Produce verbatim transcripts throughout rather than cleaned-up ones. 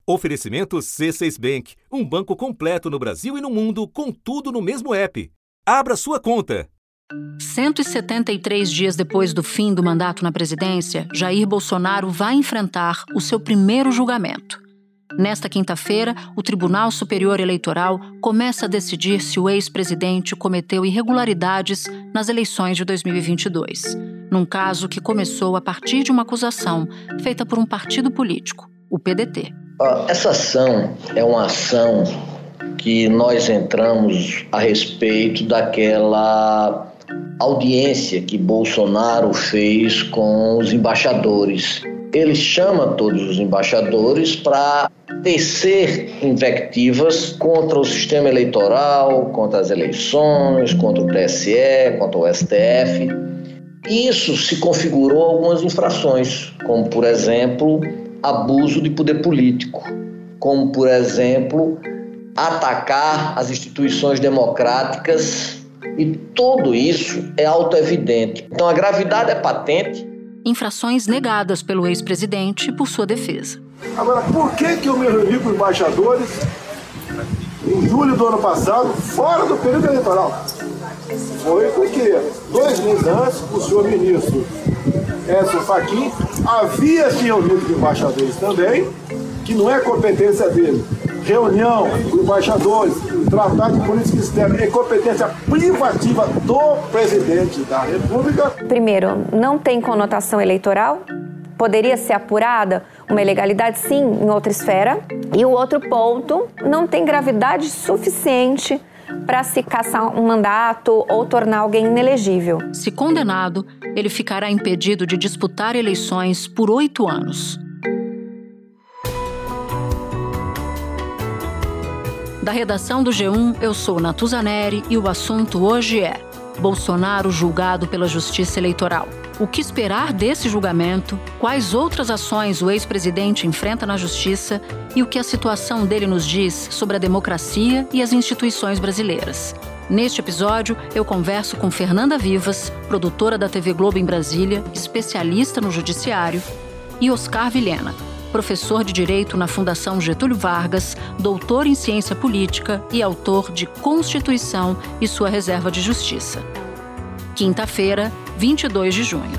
Oferecimento C seis Bank, um banco completo no Brasil e no mundo, com tudo no mesmo app. Abra sua conta. cento e setenta e três dias depois do fim do mandato na presidência, Jair Bolsonaro vai enfrentar o seu primeiro julgamento. Nesta quinta-feira, o Tribunal Superior Eleitoral começa a decidir se o ex-presidente cometeu irregularidades nas eleições de dois mil e vinte e dois, num caso que começou a partir de uma acusação feita por um partido político, o P D T. Essa ação é uma ação que nós entramos a respeito daquela audiência que Bolsonaro fez com os embaixadores. Ele chama todos os embaixadores para tecer invectivas contra o sistema eleitoral, contra as eleições, contra o T S E, contra o S T F. Isso se configurou algumas infrações, como, por exemplo, abuso de poder político, como, por exemplo, atacar as instituições democráticas, e tudo isso é autoevidente. Então, a gravidade é patente. Infrações negadas pelo ex-presidente por sua defesa. Agora, por que que eu me reuni com embaixadores em julho do ano passado, fora do período eleitoral? Foi porque, dois meses antes, o senhor ministro Edson Fachin havia se reunido com embaixadores também, que não é competência dele. Reunião com embaixadores, tratado de política externa, é competência privativa do presidente da República. Primeiro, não tem conotação eleitoral, poderia ser apurada uma ilegalidade, sim, em outra esfera. E o outro ponto, não tem gravidade suficiente para se caçar um mandato ou tornar alguém inelegível. Se condenado, ele ficará impedido de disputar eleições por oito anos. Da redação do G um, eu sou Natuza Neri e o assunto hoje é Bolsonaro julgado pela Justiça Eleitoral. O que esperar desse julgamento, quais outras ações o ex-presidente enfrenta na Justiça e o que a situação dele nos diz sobre a democracia e as instituições brasileiras. Neste episódio, eu converso com Fernanda Vivas, produtora da T V Globo em Brasília, especialista no judiciário, e Oscar Vilhena, professor de Direito na Fundação Getúlio Vargas, doutor em Ciência Política e autor de Constituição e sua Reserva de Justiça. Quinta-feira, vinte e dois de junho.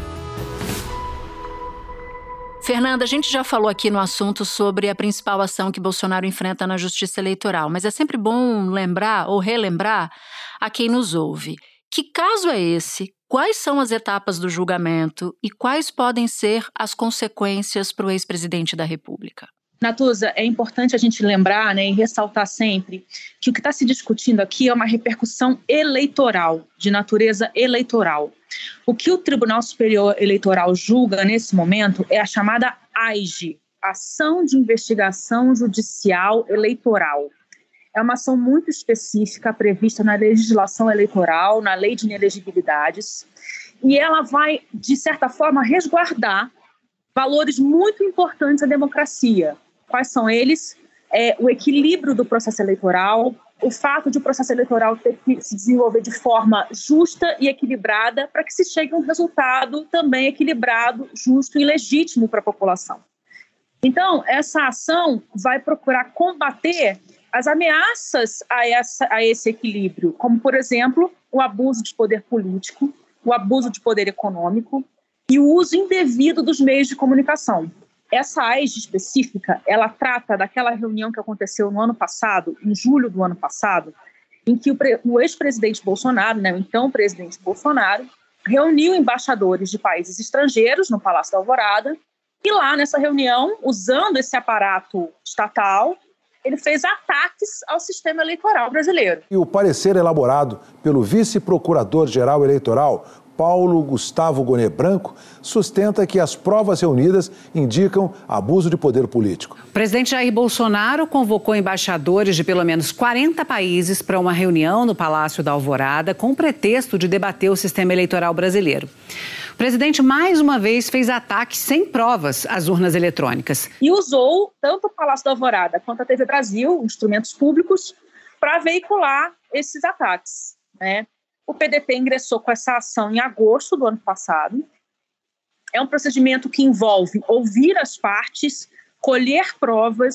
Fernanda, a gente já falou aqui no assunto sobre a principal ação que Bolsonaro enfrenta na Justiça Eleitoral, mas é sempre bom lembrar ou relembrar a quem nos ouve. Que caso é esse? Quais são as etapas do julgamento e quais podem ser as consequências para o ex-presidente da República? Natuza, é importante a gente lembrar, né, e ressaltar sempre que o que está se discutindo aqui é uma repercussão eleitoral, de natureza eleitoral. O que o Tribunal Superior Eleitoral julga nesse momento é a chamada A I G, Ação de Investigação Judicial Eleitoral. É uma ação muito específica prevista na legislação eleitoral, na lei de inelegibilidades, e ela vai, de certa forma, resguardar valores muito importantes da democracia. Quais são eles? É, o equilíbrio do processo eleitoral, o fato de o processo eleitoral ter que se desenvolver de forma justa e equilibrada para que se chegue a um resultado também equilibrado, justo e legítimo para a população. Então, essa ação vai procurar combater as ameaças a, essa, a esse equilíbrio, como, por exemplo, o abuso de poder político, o abuso de poder econômico e o uso indevido dos meios de comunicação. Essa A I G específica, ela trata daquela reunião que aconteceu no ano passado, em julho do ano passado, em que o, pre- o ex-presidente Bolsonaro, né, o então presidente Bolsonaro, reuniu embaixadores de países estrangeiros no Palácio da Alvorada, e lá nessa reunião, usando esse aparato estatal, ele fez ataques ao sistema eleitoral brasileiro. E o parecer elaborado pelo vice-procurador-geral eleitoral, Paulo Gustavo Gonet Branco, sustenta que as provas reunidas indicam abuso de poder político. O presidente Jair Bolsonaro convocou embaixadores de pelo menos quarenta países para uma reunião no Palácio da Alvorada com o pretexto de debater o sistema eleitoral brasileiro. O presidente, mais uma vez, fez ataques sem provas às urnas eletrônicas. E usou tanto o Palácio da Alvorada quanto a T V Brasil, instrumentos públicos, para veicular esses ataques, né? O P D T ingressou com essa ação em agosto do ano passado. É um procedimento que envolve ouvir as partes, colher provas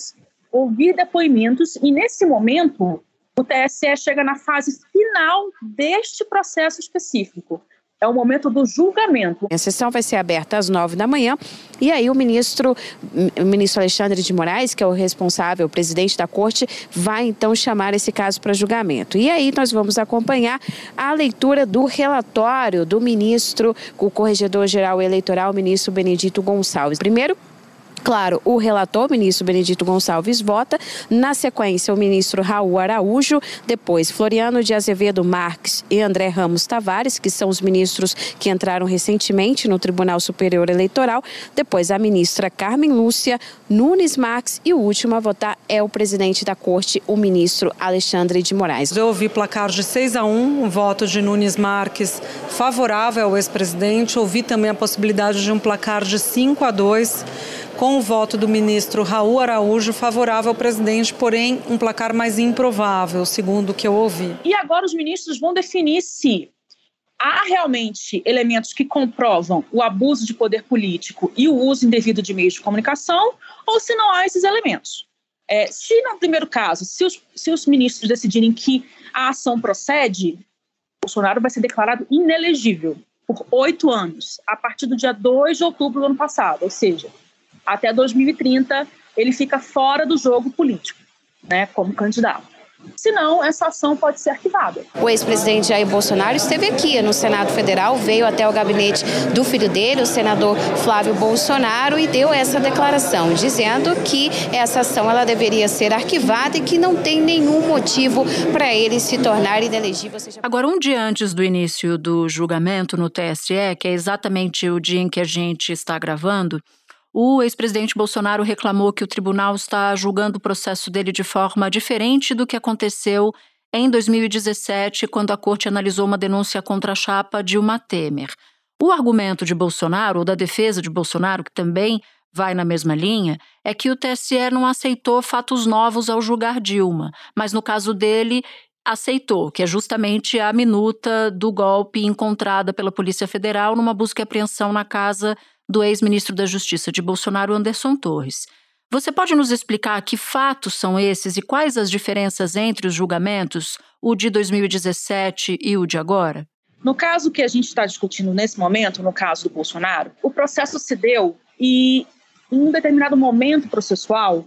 ouvir depoimentos e, nesse momento, o T S E chega na fase final deste processo específico. É o momento do julgamento. A sessão vai ser aberta às nove da manhã e aí o ministro, o ministro Alexandre de Moraes, que é o responsável, o presidente da corte, vai então chamar esse caso para julgamento. E aí nós vamos acompanhar a leitura do relatório do ministro, o corregedor-geral eleitoral, o ministro Benedito Gonçalves. Primeiro, claro, o relator, o ministro Benedito Gonçalves, vota. Na sequência, o ministro Raul Araújo. Depois, Floriano de Azevedo Marques e André Ramos Tavares, que são os ministros que entraram recentemente no Tribunal Superior Eleitoral. Depois, a ministra Carmen Lúcia Nunes Marques. E o último a votar é o presidente da corte, o ministro Alexandre de Moraes. Eu ouvi placar de seis a um, um voto de Nunes Marques favorável ao ex-presidente. Ouvi também a possibilidade de um placar de cinco a dois, com o voto do ministro Raul Araújo favorável ao presidente, porém um placar mais improvável, segundo o que eu ouvi. E agora os ministros vão definir se há realmente elementos que comprovam o abuso de poder político e o uso indevido de meios de comunicação, ou se não há esses elementos. É, se no primeiro caso, se os, se os ministros decidirem que a ação procede, Bolsonaro vai ser declarado inelegível por oito anos, a partir do dia dois de outubro do ano passado, ou seja, até dois mil e trinta, ele fica fora do jogo político, né, como candidato. Senão, essa ação pode ser arquivada. O ex-presidente Jair Bolsonaro esteve aqui no Senado Federal, veio até o gabinete do filho dele, o senador Flávio Bolsonaro, e deu essa declaração, dizendo que essa ação ela deveria ser arquivada e que não tem nenhum motivo para ele se tornar inelegível. Agora, um dia antes do início do julgamento no T S E, que é exatamente o dia em que a gente está gravando, o ex-presidente Bolsonaro reclamou que o tribunal está julgando o processo dele de forma diferente do que aconteceu em dois mil e dezessete, quando a corte analisou uma denúncia contra a chapa Dilma Temer. O argumento de Bolsonaro, ou da defesa de Bolsonaro, que também vai na mesma linha, é que o T S E não aceitou fatos novos ao julgar Dilma, mas no caso dele aceitou, que é justamente a minuta do golpe encontrada pela Polícia Federal numa busca e apreensão na casa do ex-ministro da Justiça de Bolsonaro, Anderson Torres. Você pode nos explicar que fatos são esses e quais as diferenças entre os julgamentos, o de dois mil e dezessete e o de agora? No caso que a gente está discutindo nesse momento, no caso do Bolsonaro, o processo se deu e, em um determinado momento processual,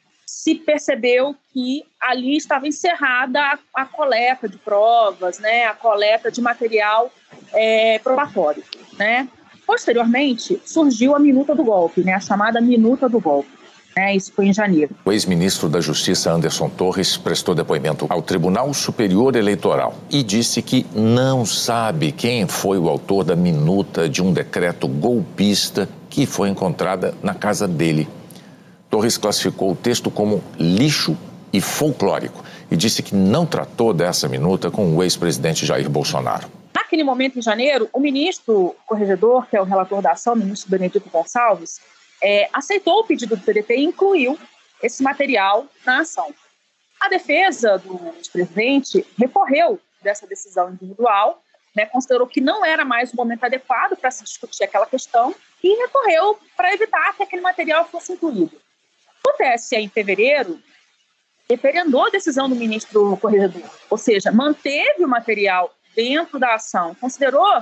se percebeu que ali estava encerrada a, a coleta de provas, né, a coleta de material é, probatório, né? Posteriormente, surgiu a minuta do golpe, né, a chamada minuta do golpe. Né, isso foi em janeiro. O ex-ministro da Justiça, Anderson Torres, prestou depoimento ao Tribunal Superior Eleitoral e disse que não sabe quem foi o autor da minuta de um decreto golpista que foi encontrada na casa dele. Torres classificou o texto como lixo e folclórico e disse que não tratou dessa minuta com o ex-presidente Jair Bolsonaro. Naquele momento, em janeiro, o ministro corregedor, que é o relator da ação, o ministro Benedito Gonçalves, é, aceitou o pedido do P D T e incluiu esse material na ação. A defesa do ex-presidente recorreu dessa decisão individual, né, considerou que não era mais o momento adequado para se discutir aquela questão e recorreu para evitar que aquele material fosse incluído. O T S E, em fevereiro, referendou a decisão do ministro corregedor, ou seja, manteve o material dentro da ação, considerou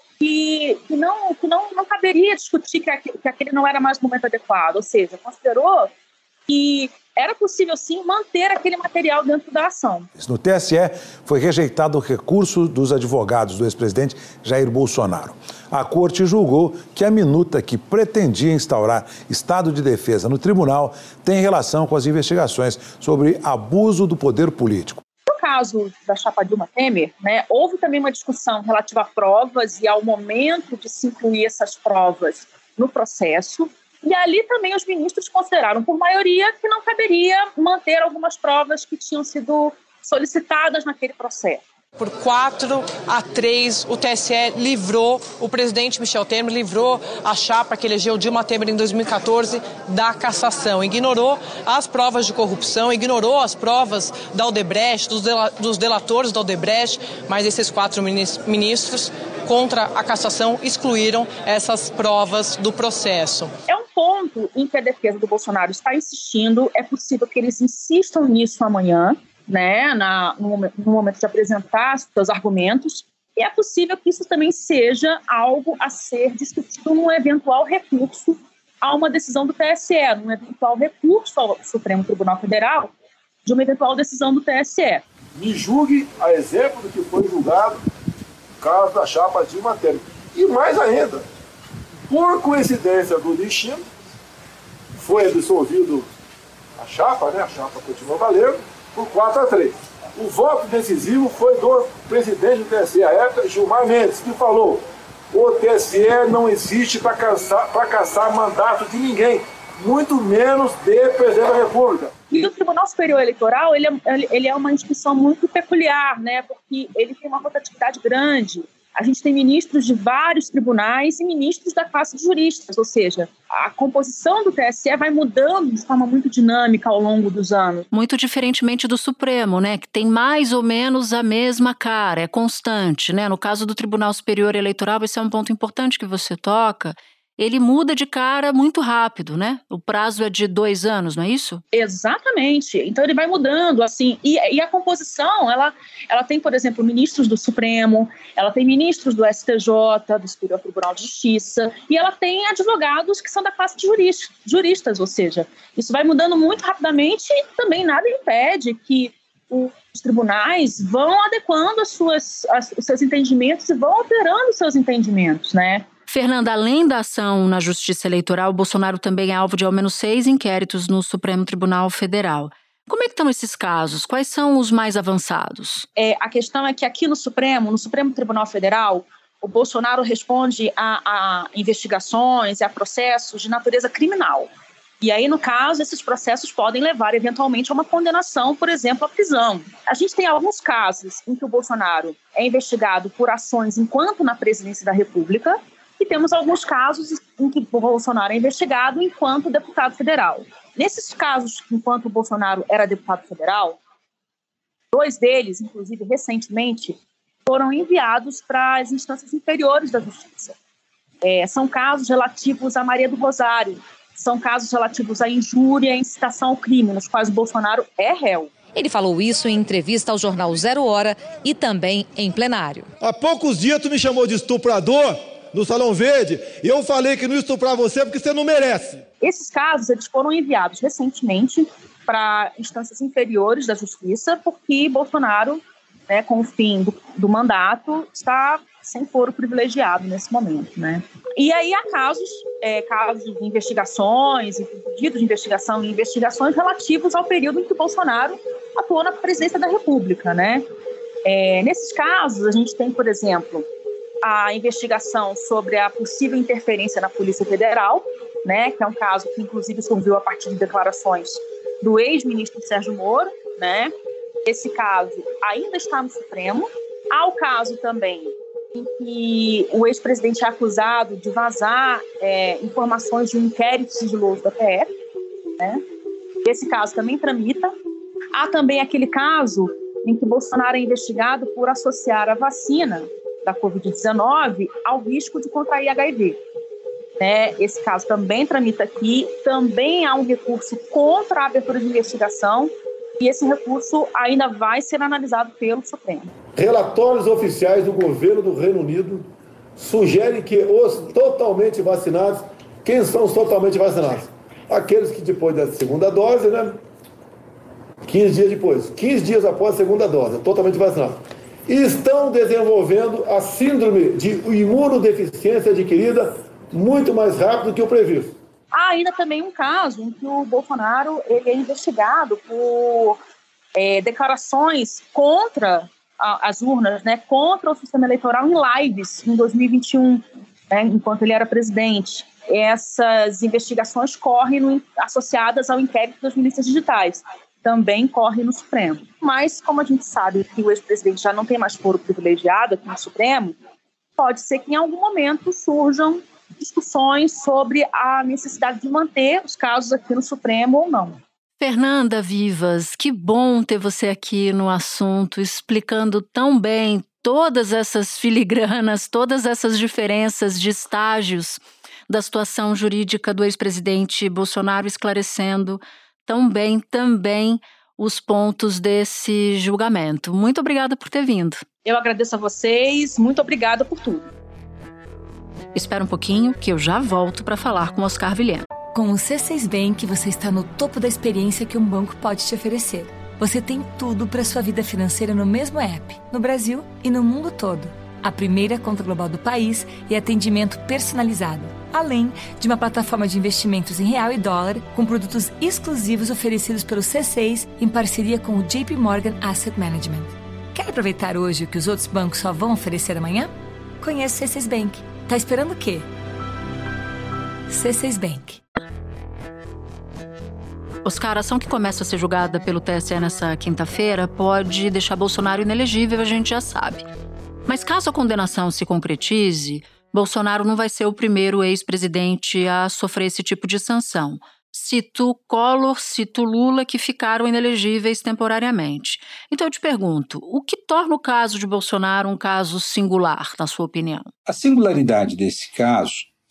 que, que, não, que não, não caberia discutir que aquele, que aquele não era mais o momento adequado, ou seja, considerou que era possível, sim, manter aquele material dentro da ação. No T S E foi rejeitado o recurso dos advogados do ex-presidente Jair Bolsonaro. A corte julgou que a minuta que pretendia instaurar estado de defesa no tribunal tem relação com as investigações sobre abuso do poder político. No caso da chapa Dilma Temer, né, houve também uma discussão relativa a provas e ao momento de se incluir essas provas no processo. E ali também os ministros consideraram, por maioria, que não caberia manter algumas provas que tinham sido solicitadas naquele processo. Por quatro a três, o T S E livrou, o presidente Michel Temer livrou a chapa que elegeu Dilma Temer em dois mil e quatorze da cassação. Ignorou as provas de corrupção, ignorou as provas da Odebrecht, dos, dela, dos delatores da Odebrecht, mas esses quatro ministros, contra a cassação, excluíram essas provas do processo. É um ponto ponto em que a defesa do Bolsonaro está insistindo, é possível que eles insistam nisso amanhã, né, na, no, momento, no momento de apresentar seus argumentos, e é possível que isso também seja algo a ser discutido num eventual recurso a uma decisão do T S E, num eventual recurso ao Supremo Tribunal Federal de uma eventual decisão do T S E. Me julgue a exemplo do que foi julgado no caso da chapa Dilma Temer. E mais ainda, por coincidência do destino, foi absolvido a chapa, né? A chapa continua valendo, por quatro a três. O voto decisivo foi do presidente do T S E à época, Gilmar Mendes, que falou: o T S E não existe para caçar, para caçar mandato de ninguém, muito menos de presidente da República. E o Tribunal Superior Eleitoral, ele é, ele é uma instituição muito peculiar, né? Porque ele tem uma rotatividade grande. A gente tem ministros de vários tribunais e ministros da classe de juristas, ou seja, a composição do T S E vai mudando de forma muito dinâmica ao longo dos anos. Muito diferentemente do Supremo, né, que tem mais ou menos a mesma cara, é constante, né? No caso do Tribunal Superior Eleitoral, esse é um ponto importante que você toca. Ele muda de cara muito rápido, né? O prazo é de dois anos, não é isso? Exatamente. Então ele vai mudando, assim. E, e a composição, ela, ela tem, por exemplo, ministros do Supremo, ela tem ministros do S T J, do Superior Tribunal de Justiça, e ela tem advogados que são da classe de juristas, juristas, ou seja, isso vai mudando muito rapidamente e também nada impede que os tribunais vão adequando as suas, as, os seus entendimentos e vão alterando os seus entendimentos, né? Fernanda, além da ação na Justiça Eleitoral, Bolsonaro também é alvo de ao menos seis inquéritos no Supremo Tribunal Federal. Como é que estão esses casos? Quais são os mais avançados? É, a questão é que aqui no Supremo, no Supremo Tribunal Federal, o Bolsonaro responde a, a investigações e a processos de natureza criminal. E aí, no caso, esses processos podem levar, eventualmente, a uma condenação, por exemplo, à prisão. A gente tem alguns casos em que o Bolsonaro é investigado por ações enquanto na presidência da República, e temos alguns casos em que o Bolsonaro é investigado enquanto deputado federal. Nesses casos, enquanto o Bolsonaro era deputado federal, dois deles, inclusive recentemente, foram enviados para as instâncias inferiores da Justiça. É, são casos relativos a Maria do Rosário, são casos relativos à injúria e incitação ao crime, nos quais o Bolsonaro é réu. Ele falou isso em entrevista ao jornal Zero Hora e também em plenário. Há poucos dias tu me chamou de estuprador no Salão Verde, e eu falei que não estuprar você porque você não merece. Esses casos eles foram enviados recentemente para instâncias inferiores da Justiça, porque Bolsonaro, né, com o fim do, do mandato, está sem foro privilegiado nesse momento, né? E aí há casos, é, casos de investigações, pedidos de investigação e investigações relativos ao período em que Bolsonaro atuou na presidência da República, né? É, nesses casos, a gente tem, por exemplo, a investigação sobre a possível interferência na Polícia Federal, né, que é um caso que, inclusive, surgiu a partir de declarações do ex-ministro Sérgio Moro, né? Esse caso ainda está no Supremo. Há o caso também em que o ex-presidente é acusado de vazar é, informações de um inquérito sigiloso da P F, né? Esse caso também tramita. Há também aquele caso em que Bolsonaro é investigado por associar a vacina da covid dezenove ao risco de contrair H I V. Né? Esse caso também tramita aqui, também há um recurso contra a abertura de investigação e esse recurso ainda vai ser analisado pelo Supremo. Relatórios oficiais do governo do Reino Unido sugerem que os totalmente vacinados, quem são os totalmente vacinados? Aqueles que depois da segunda dose, né? quinze dias depois, quinze dias após a segunda dose, totalmente vacinados. E estão desenvolvendo a síndrome de imunodeficiência adquirida muito mais rápido que o previsto. Há ainda também um caso em que o Bolsonaro ele é investigado por é, declarações contra a, as urnas, né, contra o sistema eleitoral em lives em dois mil e vinte e um, né, enquanto ele era presidente. Essas investigações correm no, associadas ao inquérito das milícias digitais. Também corre no Supremo. Mas, como a gente sabe que o ex-presidente já não tem mais foro privilegiado aqui no Supremo, pode ser que em algum momento surjam discussões sobre a necessidade de manter os casos aqui no Supremo ou não. Fernanda Vivas, que bom ter você aqui no assunto, explicando tão bem todas essas filigranas, todas essas diferenças de estágios da situação jurídica do ex-presidente Bolsonaro, esclarecendo tão bem também os pontos desse julgamento. Muito obrigada por ter vindo. Eu agradeço a vocês, muito obrigada por tudo. Espera um pouquinho que eu já volto para falar com Oscar Vilhena. Com o C seis Bank, você está no topo da experiência que um banco pode te oferecer. Você tem tudo para sua vida financeira no mesmo app, no Brasil e no mundo todo. A primeira conta global do país e atendimento personalizado, além de uma plataforma de investimentos em real e dólar com produtos exclusivos oferecidos pelo C seis em parceria com o J P Morgan Asset Management. Quer aproveitar hoje o que os outros bancos só vão oferecer amanhã? Conheça o C seis Bank. Tá esperando o quê? C seis Bank. Oscar, a ação que começa a ser julgada pelo T S E nessa quinta-feira pode deixar Bolsonaro inelegível, a gente já sabe. Mas caso a condenação se concretize, Bolsonaro não vai ser o primeiro ex-presidente a sofrer esse tipo de sanção. Cito Collor, cito Lula, que ficaram inelegíveis temporariamente. Então eu te pergunto, o que torna o caso de Bolsonaro um caso singular, na sua opinião? A singularidade desse caso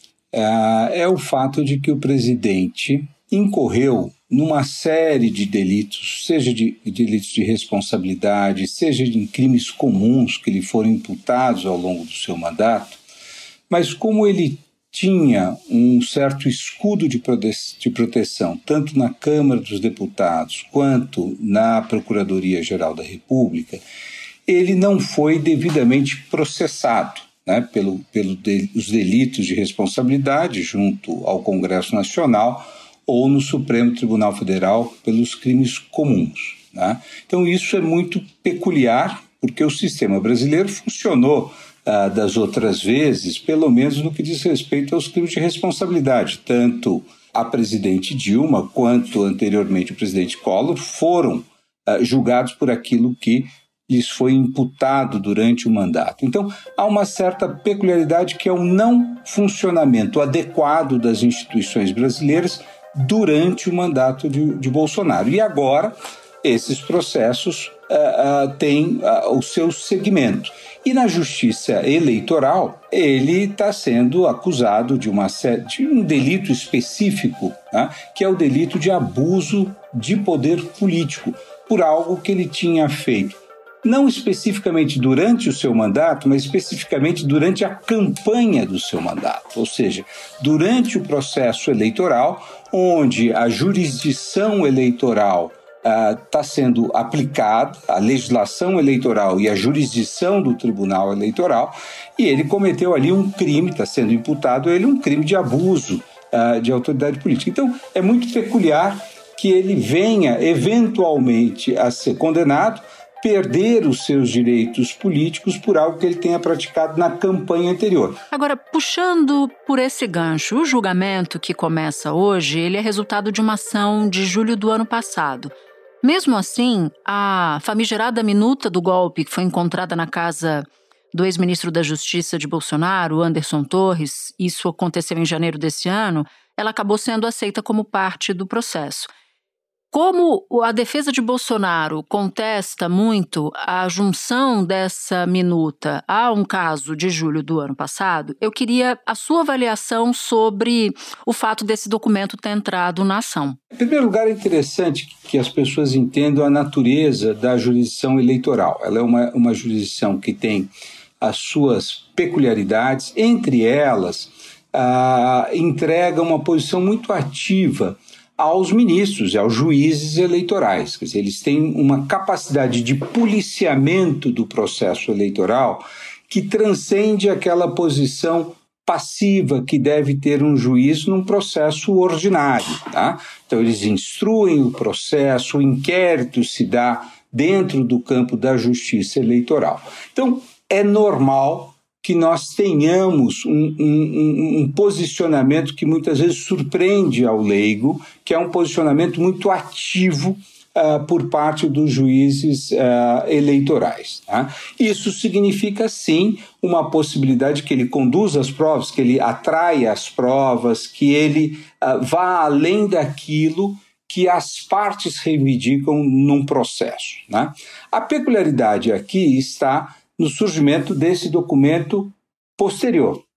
uh, é o fato de que o presidente incorreu numa série de delitos, seja de delitos de responsabilidade, seja de crimes comuns que lhe foram imputados ao longo do seu mandato, mas como ele tinha um certo escudo de proteção, tanto na Câmara dos Deputados quanto na Procuradoria-Geral da República, ele não foi devidamente processado, né, pelo, pelo de, os delitos de responsabilidade junto ao Congresso Nacional ou no Supremo Tribunal Federal pelos crimes comuns, né? Então isso é muito peculiar, porque o sistema brasileiro funcionou ah, das outras vezes, pelo menos no que diz respeito aos crimes de responsabilidade. Tanto a presidente Dilma quanto anteriormente o presidente Collor foram ah, julgados por aquilo que lhes foi imputado durante o mandato. Então, há uma certa peculiaridade que é o não funcionamento adequado das instituições brasileiras durante o mandato de, de Bolsonaro. E agora, esses processos uh, uh, têm uh, o seu segmento. E na justiça eleitoral, ele está sendo acusado de, uma, de um delito específico, né, que é o delito de abuso de poder político, por algo que ele tinha feito. Não especificamente durante o seu mandato, mas especificamente durante a campanha do seu mandato, ou seja, durante o processo eleitoral, onde a jurisdição eleitoral está uh, sendo aplicada, a legislação eleitoral e a jurisdição do Tribunal Eleitoral, e ele cometeu ali um crime, está sendo imputado a ele um crime de abuso uh, de autoridade política. Então, é muito peculiar que ele venha eventualmente a ser condenado, perder os seus direitos políticos por algo que ele tenha praticado na campanha anterior. Agora, puxando por esse gancho, o julgamento que começa hoje, ele é resultado de uma ação de julho do ano passado. Mesmo assim, a famigerada minuta do golpe que foi encontrada na casa do ex-ministro da Justiça de Bolsonaro, Anderson Torres, isso aconteceu em janeiro desse ano, ela acabou sendo aceita como parte do processo. Como a defesa de Bolsonaro contesta muito a junção dessa minuta a um caso de julho do ano passado, eu queria a sua avaliação sobre o fato desse documento ter entrado na ação. Em primeiro lugar, é interessante que as pessoas entendam a natureza da jurisdição eleitoral. Ela é uma, uma jurisdição que tem as suas peculiaridades, entre elas, ah, entrega uma posição muito ativa aos ministros e aos juízes eleitorais. Quer dizer, eles têm uma capacidade de policiamento do processo eleitoral que transcende aquela posição passiva que deve ter um juiz num processo ordinário, tá? Então, eles instruem o processo, o inquérito se dá dentro do campo da justiça eleitoral. Então, é normal que nós tenhamos um, um, um posicionamento que muitas vezes surpreende ao leigo, que é um posicionamento muito ativo uh, por parte dos juízes uh, eleitorais. Tá? Isso significa, sim, uma possibilidade que ele conduza as provas, que ele atraia as provas, que ele uh, vá além daquilo que as partes reivindicam num processo. Né? A peculiaridade aqui está no surgimento desse documento posterior.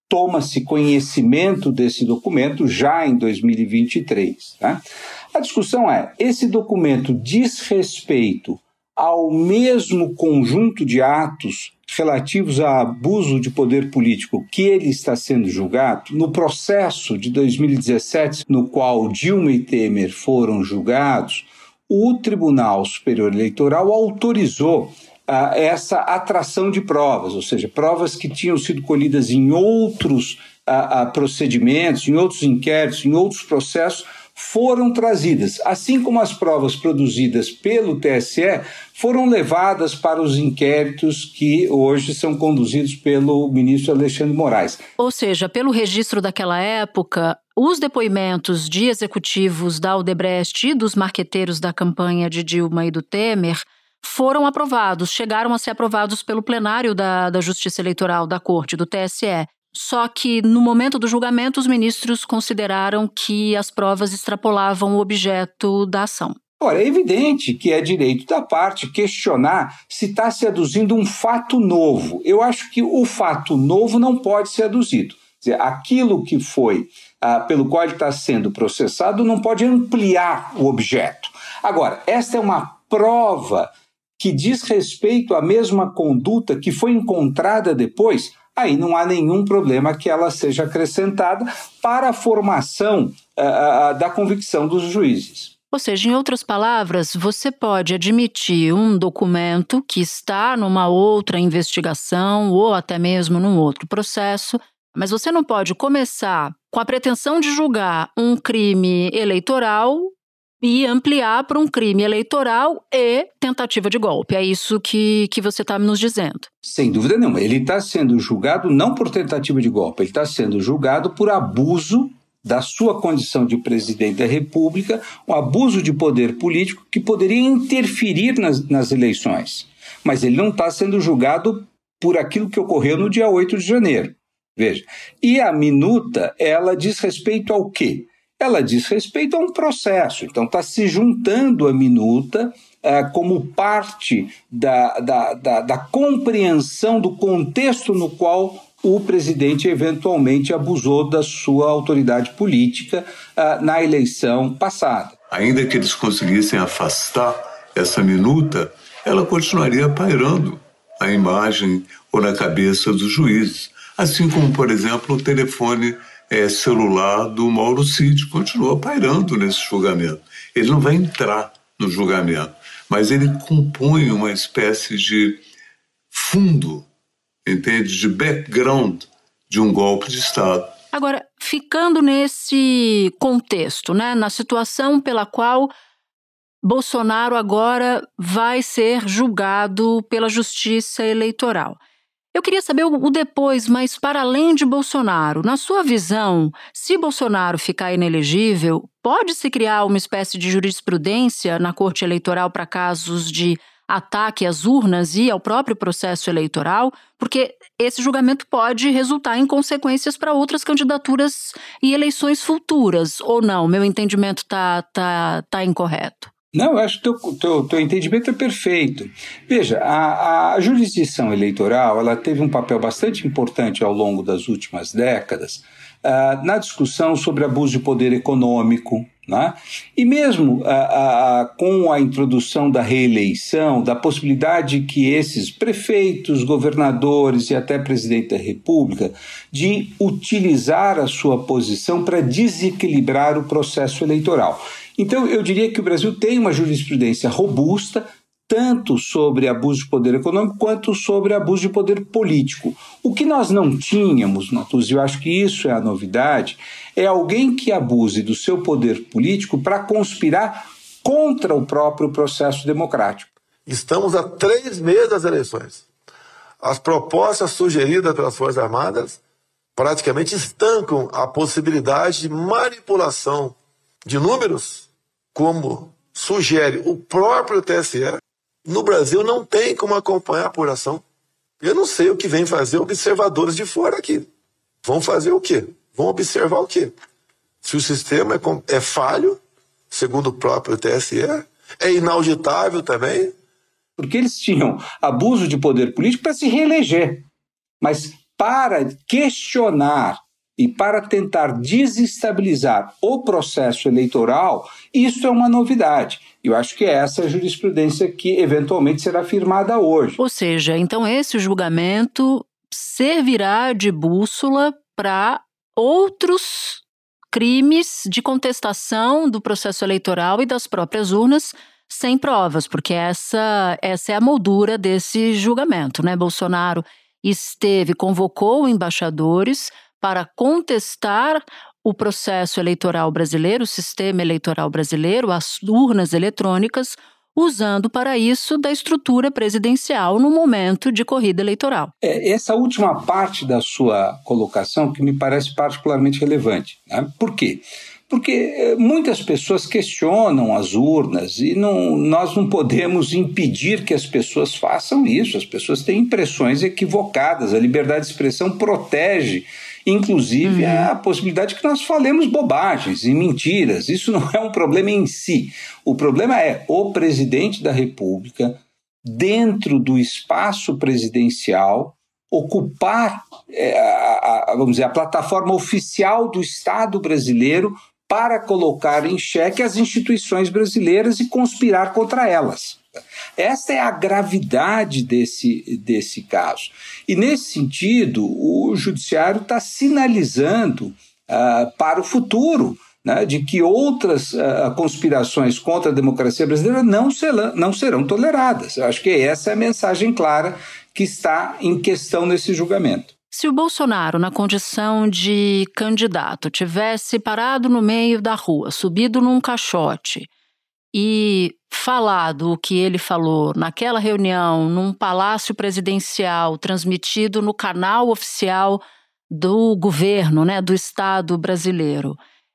toma-se conhecimento desse documento já em dois mil e vinte e três. Tá? A discussão é, esse documento diz respeito ao mesmo conjunto de atos relativos a abuso de poder político que ele está sendo julgado? No processo de dois mil e dezessete, no qual Dilma e Temer foram julgados, o Tribunal Superior Eleitoral autorizou uh, essa atração de provas, ou seja, provas que tinham sido colhidas em outros uh, uh, procedimentos, em outros inquéritos, em outros processos, foram trazidas, assim como as provas produzidas pelo T S E foram levadas para os inquéritos que hoje são conduzidos pelo ministro Alexandre de Moraes. Ou seja, pelo registro daquela época, os depoimentos de executivos da Odebrecht e dos marqueteiros da campanha de Dilma e do Temer foram aprovados, chegaram a ser aprovados pelo plenário da, da Justiça Eleitoral da Corte, do T S E. Só que, no momento do julgamento, os ministros consideraram que as provas extrapolavam o objeto da ação. Ora, é evidente que é direito da parte questionar se está se aduzindo um fato novo. Eu acho que o fato novo não pode ser aduzido. Quer dizer, aquilo que foi, ah, pelo qual ele está sendo processado, não pode ampliar o objeto. Agora, esta é uma prova que diz respeito à mesma conduta que foi encontrada depois. Aí não há nenhum problema que ela seja acrescentada para a formação uh, da convicção dos juízes. Ou seja, em outras palavras, você pode admitir um documento que está numa outra investigação ou até mesmo num outro processo, mas você não pode começar com a pretensão de julgar um crime eleitoral e ampliar para um crime eleitoral e tentativa de golpe. É isso que, que você está nos dizendo. Sem dúvida nenhuma. Ele está sendo julgado não por tentativa de golpe, ele está sendo julgado por abuso da sua condição de presidente da República, um abuso de poder político que poderia interferir nas, nas eleições. Mas ele não está sendo julgado por aquilo que ocorreu no dia oito de janeiro. Veja. E a minuta, ela diz respeito ao quê? Ela diz respeito a um processo, então está se juntando a minuta uh, como parte da, da, da, da compreensão do contexto no qual o presidente eventualmente abusou da sua autoridade política uh, na eleição passada. Ainda que eles conseguissem afastar essa minuta, ela continuaria pairando a imagem ou na cabeça dos juízes, assim como, por exemplo, o telefone É, celular do Mauro Cid continua pairando nesse julgamento. Ele não vai entrar no julgamento, mas ele compõe uma espécie de fundo, entende, de background de um golpe de Estado. Agora, ficando nesse contexto, né, na situação pela qual Bolsonaro agora vai ser julgado pela Justiça Eleitoral. Eu queria saber o depois, mas para além de Bolsonaro, na sua visão, se Bolsonaro ficar inelegível, pode-se criar uma espécie de jurisprudência na Corte Eleitoral para casos de ataque às urnas e ao próprio processo eleitoral? Porque esse julgamento pode resultar em consequências para outras candidaturas e eleições futuras, ou não? Meu entendimento está tá, tá incorreto. Não, eu acho que o teu, teu, teu entendimento é perfeito. Veja, a, a jurisdição eleitoral ela teve um papel bastante importante ao longo das últimas décadas uh, na discussão sobre abuso de poder econômico, né? E mesmo uh, uh, com a introdução da reeleição, da possibilidade que esses prefeitos, governadores e até presidente da República de utilizar a sua posição para desequilibrar o processo eleitoral. Então, eu diria que o Brasil tem uma jurisprudência robusta, tanto sobre abuso de poder econômico quanto sobre abuso de poder político. O que nós não tínhamos, Natuzzi, eu acho que isso é a novidade, é alguém que abuse do seu poder político para conspirar contra o próprio processo democrático. Estamos a três meses das eleições. As propostas sugeridas pelas Forças Armadas praticamente estancam a possibilidade de manipulação de números, como sugere o próprio T S E. No Brasil não tem como acompanhar a apuração. Eu não sei o que vem fazer observadores de fora aqui. Vão fazer o quê? Vão observar o quê? Se o sistema é, é falho, segundo o próprio T S E, é inauditável também. Porque eles tinham abuso de poder político para se reeleger. Mas para questionar e para tentar desestabilizar o processo eleitoral, isso é uma novidade. Eu acho que é essa a jurisprudência que eventualmente será firmada hoje. Ou seja, então esse julgamento servirá de bússola para outros crimes de contestação do processo eleitoral e das próprias urnas sem provas, porque essa, essa é a moldura desse julgamento, né? Bolsonaro esteve, convocou embaixadores para contestar o processo eleitoral brasileiro, o sistema eleitoral brasileiro, as urnas eletrônicas, usando para isso da estrutura presidencial no momento de corrida eleitoral. É, essa última parte da sua colocação que me parece particularmente relevante, né? Por quê? Porque muitas pessoas questionam as urnas e não, nós não podemos impedir que as pessoas façam isso. As pessoas têm impressões equivocadas. A liberdade de expressão protege, inclusive, uhum. a possibilidade que nós falemos bobagens e mentiras. Isso não é um problema em si. O problema é o presidente da República, dentro do espaço presidencial, ocupar é, a, a, vamos dizer, a plataforma oficial do Estado brasileiro para colocar em xeque as instituições brasileiras e conspirar contra elas. Esta é a gravidade desse, desse caso. E, nesse sentido, o Judiciário está sinalizando uh, para o futuro, né, de que outras uh, conspirações contra a democracia brasileira não serão, não serão toleradas. Eu acho que essa é a mensagem clara que está em questão nesse julgamento. Se o Bolsonaro, na condição de candidato, tivesse parado no meio da rua, subido num caixote e falado o que ele falou naquela reunião, num palácio presidencial, transmitido no canal oficial do governo, né, do Estado brasileiro,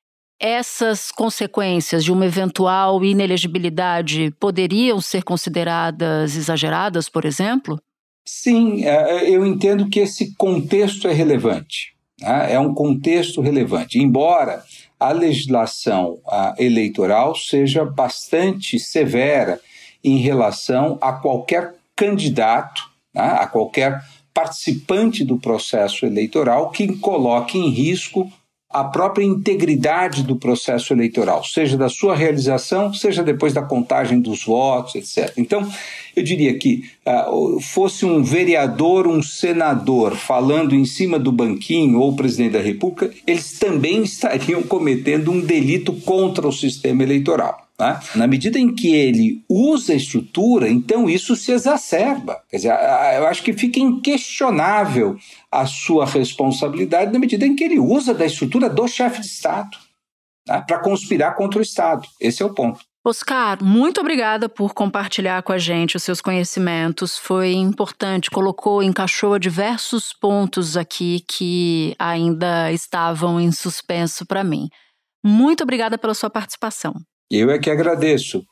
essas consequências de uma eventual inelegibilidade poderiam ser consideradas exageradas, por exemplo? Sim, eu entendo que esse contexto é relevante, né? É um contexto relevante, embora a legislação eleitoral seja bastante severa em relação a qualquer candidato, né? A qualquer participante do processo eleitoral que coloque em risco a própria integridade do processo eleitoral, seja da sua realização, seja depois da contagem dos votos, etcétera. Então, eu diria que uh, fosse um vereador, um senador falando em cima do banquinho ou o presidente da República, eles também estariam cometendo um delito contra o sistema eleitoral. Né? Na medida em que ele usa a estrutura, então isso se exacerba. Quer dizer, eu acho que fica inquestionável a sua responsabilidade na medida em que ele usa da estrutura do chefe de Estado, né, para conspirar contra o Estado. Esse é o ponto. Oscar, muito obrigada por compartilhar com a gente os seus conhecimentos. Foi importante, colocou, encaixou diversos pontos aqui que ainda estavam em suspenso para mim. Muito obrigada pela sua participação. Eu é que agradeço.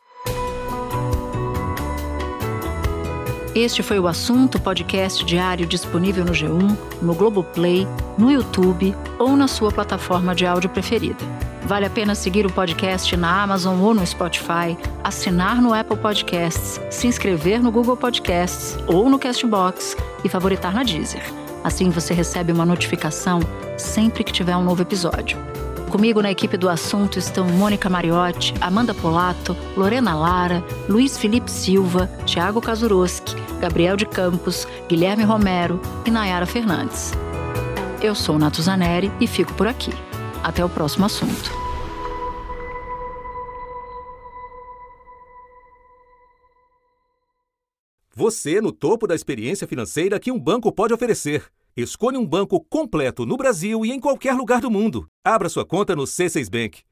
Este foi o Assunto, podcast diário disponível no G um, no Globoplay, no YouTube ou na sua plataforma de áudio preferida. Vale a pena seguir o podcast na Amazon ou no Spotify, assinar no Apple Podcasts, se inscrever no Google Podcasts ou no Castbox e favoritar na Deezer. Assim você recebe uma notificação sempre que tiver um novo episódio. Comigo na equipe do Assunto estão Mônica Mariotti, Amanda Polato, Lorena Lara, Luiz Felipe Silva, Thiago Kazuroski, Gabriel de Campos, Guilherme Romero e Nayara Fernandes. Eu sou Natuzaneri e fico por aqui. Até o próximo assunto. Você no topo da experiência financeira que um banco pode oferecer. Escolha um banco completo no Brasil e em qualquer lugar do mundo. Abra sua conta no C seis Bank.